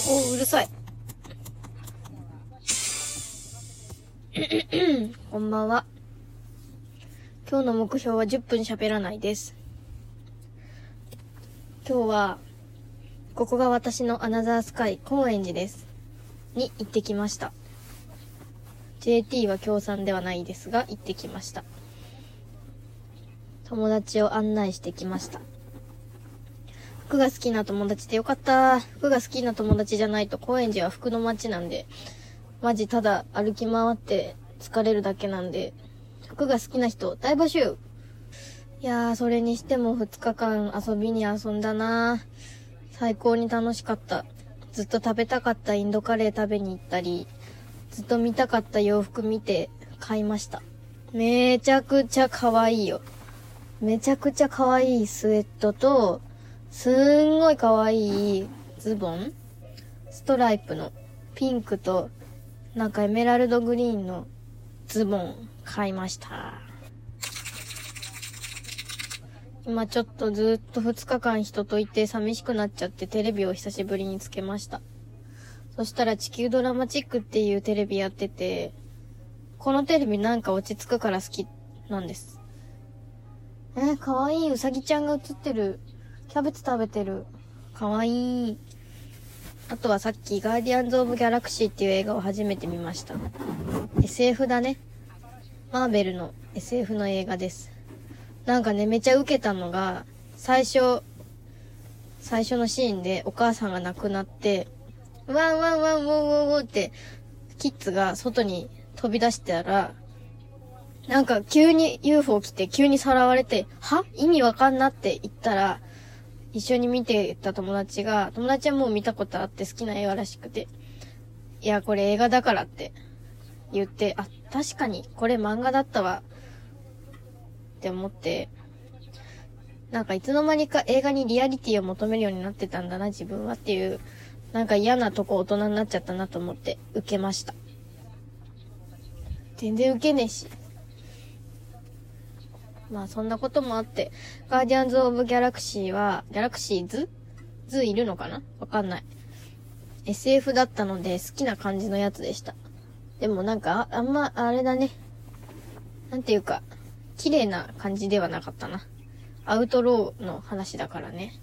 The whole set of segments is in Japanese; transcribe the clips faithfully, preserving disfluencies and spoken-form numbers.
お、うるさい。こんばんは。今日の目標はじゅっぷん喋らないです。今日は、ここが私のアナザースカイ高円寺です。に行ってきました。ジェーティー は協賛ではないですが、行ってきました。友達を案内してきました。服が好きな友達でよかった。服が好きな友達じゃないと高円寺は服の街なんで、マジただ歩き回って疲れるだけなんで、服が好きな人大募集。いやー、それにしてもふつかかん遊びに遊んだな。最高に楽しかった。ずっと食べたかったインドカレー食べに行ったり、ずっと見たかった洋服見て買いました。めちゃくちゃ可愛いよ。めちゃくちゃ可愛いスウェットと、すんごい可愛いズボン、ストライプのピンクとなんかエメラルドグリーンのズボン買いました。今ちょっとずっとふつかかん人といて寂しくなっちゃってテレビを久しぶりにつけました。そしたら地球ドラマチックっていうテレビやってて、このテレビなんか落ち着くから好きなんです。えー、可愛いウサギちゃんが映ってる。キャベツ食べてる。かわいい。あとはさっきガーディアンズ・オブ・ギャラクシーっていう映画を初めて見ました。エスエフ だね。マーベルの エスエフ の映画です。なんかね、めちゃウケたのが、最初、最初のシーンでお母さんが亡くなって、ワンワンワンウォーウォーウォーって、キッズが外に飛び出してたら、なんか急に ユーフォー 来て急にさらわれて、は？意味わかんなって言ったら、一緒に見てた友達が、友達はもう見たことあって好きな映画らしくて、いや、これ映画だからって言って、あ、確かにこれ漫画だったわって思って、なんかいつの間にか映画にリアリティを求めるようになってたんだな、自分はっていう、なんか嫌なとこ大人になっちゃったなと思って受けました。全然受けねえし。まあそんなこともあって、ガーディアンズ・オブ・ギャラクシーは、ギャラクシーズズいるのかな？わかんない。エスエフ だったので好きな感じのやつでした。でもなんか、あ、あんま、あれだね。なんていうか、綺麗な感じではなかったな。アウトローの話だからね。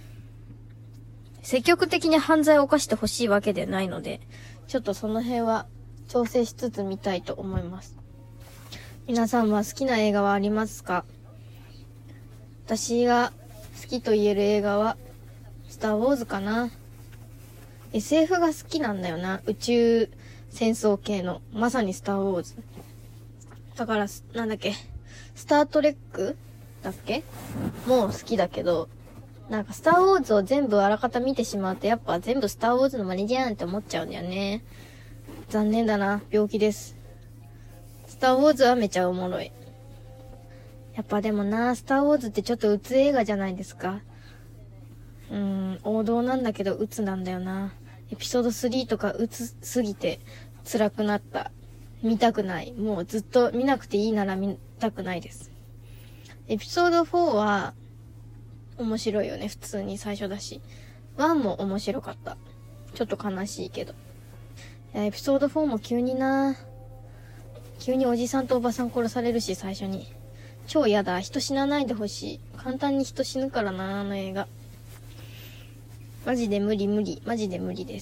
積極的に犯罪を犯してほしいわけではないので、ちょっとその辺は調整しつつ見たいと思います。皆さんは好きな映画はありますか？私が好きと言える映画はスターウォーズかな。 エスエフ が好きなんだよな。宇宙戦争系のまさにスターウォーズだから、なんだっけ、スタートレックだっけもう好きだけど、なんかスターウォーズを全部あらかた見てしまうとやっぱ全部スターウォーズの真似じゃんって思っちゃうんだよね。残念だな。病気です。スターウォーズはめちゃおもろい。やっぱでもな、スターウォーズってちょっと鬱映画じゃないですか。うーん、王道なんだけど鬱なんだよな。エピソードスリーとか鬱すぎて辛くなった。見たくない。もうずっと見なくていいなら見たくないです。エピソードフォーは面白いよね。普通に最初だし。ワンも面白かった。ちょっと悲しいけど。いや、エピソードフォーも急にな、急におじさんとおばさん殺されるし、最初に。超嫌だ。人死なないでほしい。簡単に人死ぬからな、あの映画。マジで無理無理。マジで無理です。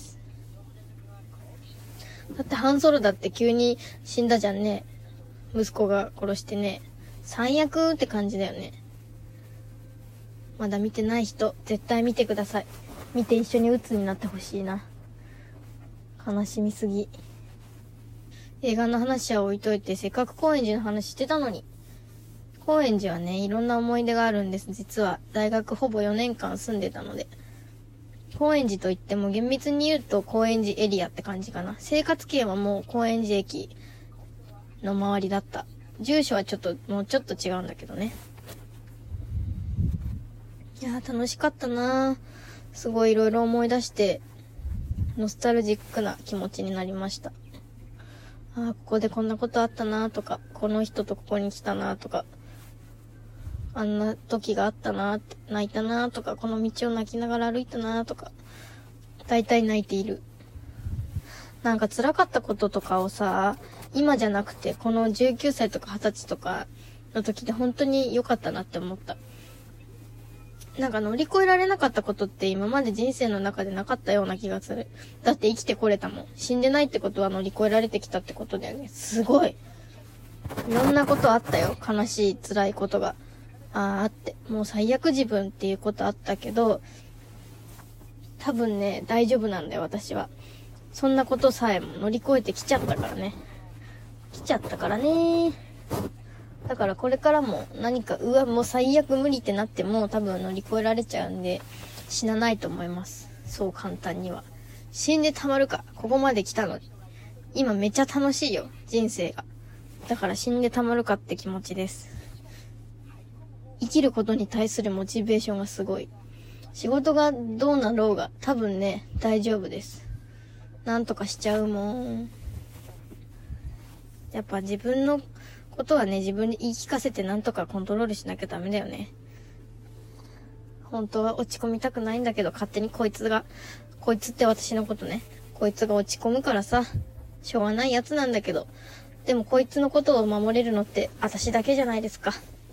だってハンソロだって急に死んだじゃんね。息子が殺してね。最悪って感じだよね。まだ見てない人、絶対見てください。見て一緒に鬱になってほしいな。悲しみすぎ。映画の話は置いといて、せっかく高円寺の話してたのに。高円寺はね、いろんな思い出があるんです。実は大学ほぼよねんかん住んでたので。高円寺といっても厳密に言うと高円寺エリアって感じかな。生活圏はもう高円寺駅の周りだった。住所はちょっと、もうちょっと違うんだけどね。いやー楽しかったなー。すごいいろいろ思い出して、ノスタルジックな気持ちになりました。あーここでこんなことあったなーとか、この人とここに来たなーとか、あんな時があったなーって、泣いたなーとか、この道を泣きながら歩いたなーとか、 だいたい泣いている。なんか辛かったこととかをさ、今じゃなくてこのじゅうきゅうさいとかはたちとかの時で本当に良かったなって思った。なんか乗り越えられなかったことって今まで人生の中でなかったような気がする。だって生きてこれたもん。死んでないってことは乗り越えられてきたってことだよね。すごい。いろんなことあったよ。悲しい、辛いことが。ああ、あって。もう最悪自分っていうことあったけど、多分ね、大丈夫なんだよ、私は。そんなことさえも乗り越えてきちゃったからね。来ちゃったからね。だからこれからも何か、うわ、もう最悪無理ってなっても多分乗り越えられちゃうんで、死なないと思います。そう簡単には。死んでたまるか。ここまで来たのに。今めっちゃ楽しいよ、人生が。だから死んでたまるかって気持ちです。生きることに対するモチベーションがすごい。仕事がどうなろうが多分ね、大丈夫です。なんとかしちゃうもん。やっぱ自分のことはね、自分に言い聞かせてなんとかコントロールしなきゃダメだよね。本当は落ち込みたくないんだけど、勝手にこいつが、こいつって私のことね、こいつが落ち込むからさ、しょうがないやつなんだけど、でもこいつのことを守れるのって私だけじゃないですか。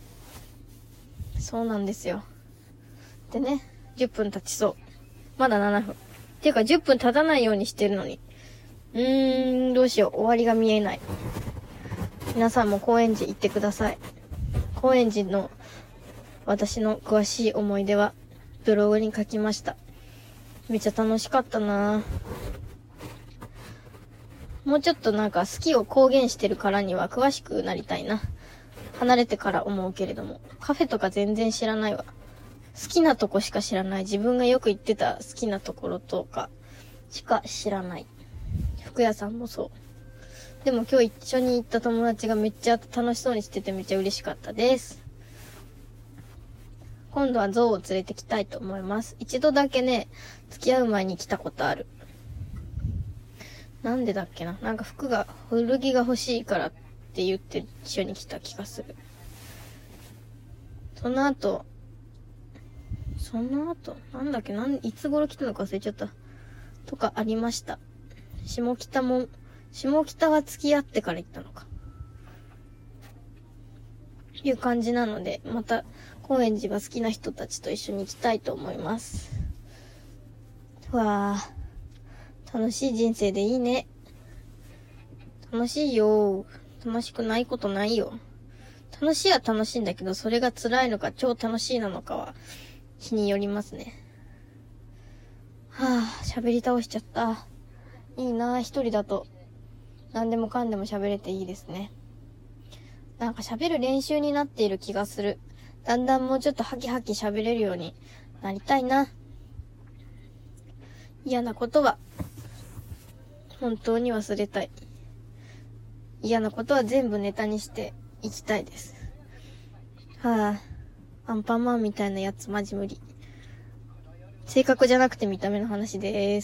そうなんですよ。でね、じゅっぷん経ちそう。まだななふん。っていうかじゅっぷん経たないようにしてるのに。うーん、どうしよう。終わりが見えない。皆さんも高円寺行ってください。高円寺の私の詳しい思い出はブログに書きました。めっちゃ楽しかったなぁ。もうちょっとなんか好きを公言してるからには詳しくなりたいな。離れてから思うけれども。カフェとか全然知らないわ。好きなとこしか知らない。自分がよく行ってた好きなところとかしか知らない。服屋さんもそう。でも今日一緒に行った友達がめっちゃ楽しそうにしててめっちゃ嬉しかったです。今度はゾウを連れてきたいと思います。一度だけね、付き合う前に来たことある。なんでだっけな。なんか服が、古着が欲しいからって言って一緒に来た気がする。その後、その後、なんだっけ、なん、いつ頃来たのか忘れちゃった。とかありました。下北も、下北は付き合ってから行ったのか。いう感じなので、また、高円寺が好きな人たちと一緒に行きたいと思います。わぁ、楽しい人生でいいね。楽しいよ。楽しくないことないよ。楽しいは楽しいんだけど、それが辛いのか超楽しいなのかは、日によりますね。はぁ、喋り倒しちゃった。いいなぁ、一人だと。何でもかんでも喋れていいですね。なんか喋る練習になっている気がする。だんだんもうちょっとハキハキ喋れるようになりたいな。嫌なことは本当に忘れたい。嫌なことは全部ネタにしていきたいです。はぁ、アンパンマンみたいなやつマジ無理。性格じゃなくて見た目の話です。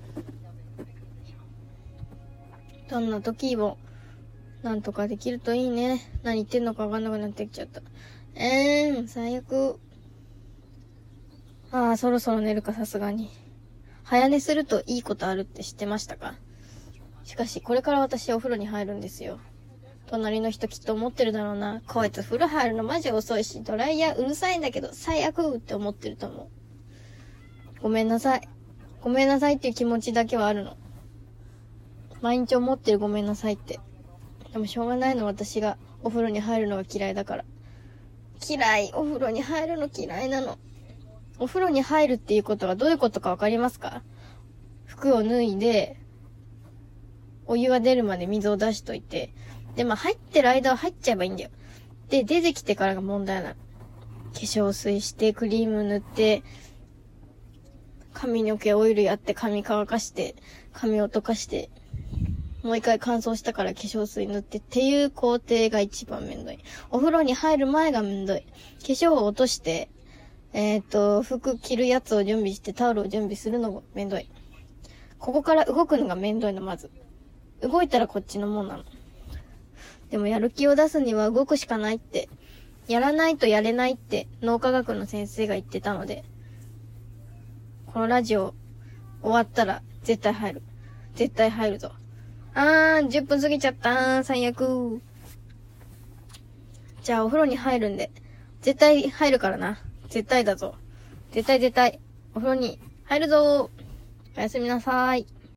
どんな時もなんとかできるといいね。何言ってんのかわかんなくなってきちゃった。えーん、最悪。ああ、そろそろ寝るかさすがに。早寝するといいことあるって知ってましたか？しかし、これから私お風呂に入るんですよ。隣の人きっと思ってるだろうな。こいつ風呂入るのマジ遅いし、ドライヤーうるさいんだけど、最悪って思ってると思う。ごめんなさい。ごめんなさいっていう気持ちだけはあるの。毎日思ってるごめんなさいって。でもしょうがないの、私がお風呂に入るのが嫌いだから。嫌い。お風呂に入るの嫌いなの。お風呂に入るっていうことがどういうことかわかりますか？服を脱いで、お湯が出るまで水を出しといて、で、まあ入ってる間は入っちゃえばいいんだよ。で、出てきてからが問題なの。化粧水して、クリーム塗って、髪の毛オイルやって髪乾かして、髪を溶かして、もう一回乾燥したから化粧水塗ってっていう工程が一番めんどい。お風呂に入る前がめんどい。化粧を落として、えっと、服着るやつを準備してタオルを準備するのがめんどい。ここから動くのがめんどいの、まず。動いたらこっちのもんなの。でもやる気を出すには動くしかないって、やらないとやれないって脳科学の先生が言ってたので、このラジオ終わったら絶対入る。絶対入るぞ。あー、じゅっぷん過ぎちゃったー。最悪。じゃあお風呂に入るんで。絶対入るからな。絶対だぞ。絶対絶対。お風呂に入るぞー。おやすみなさーい。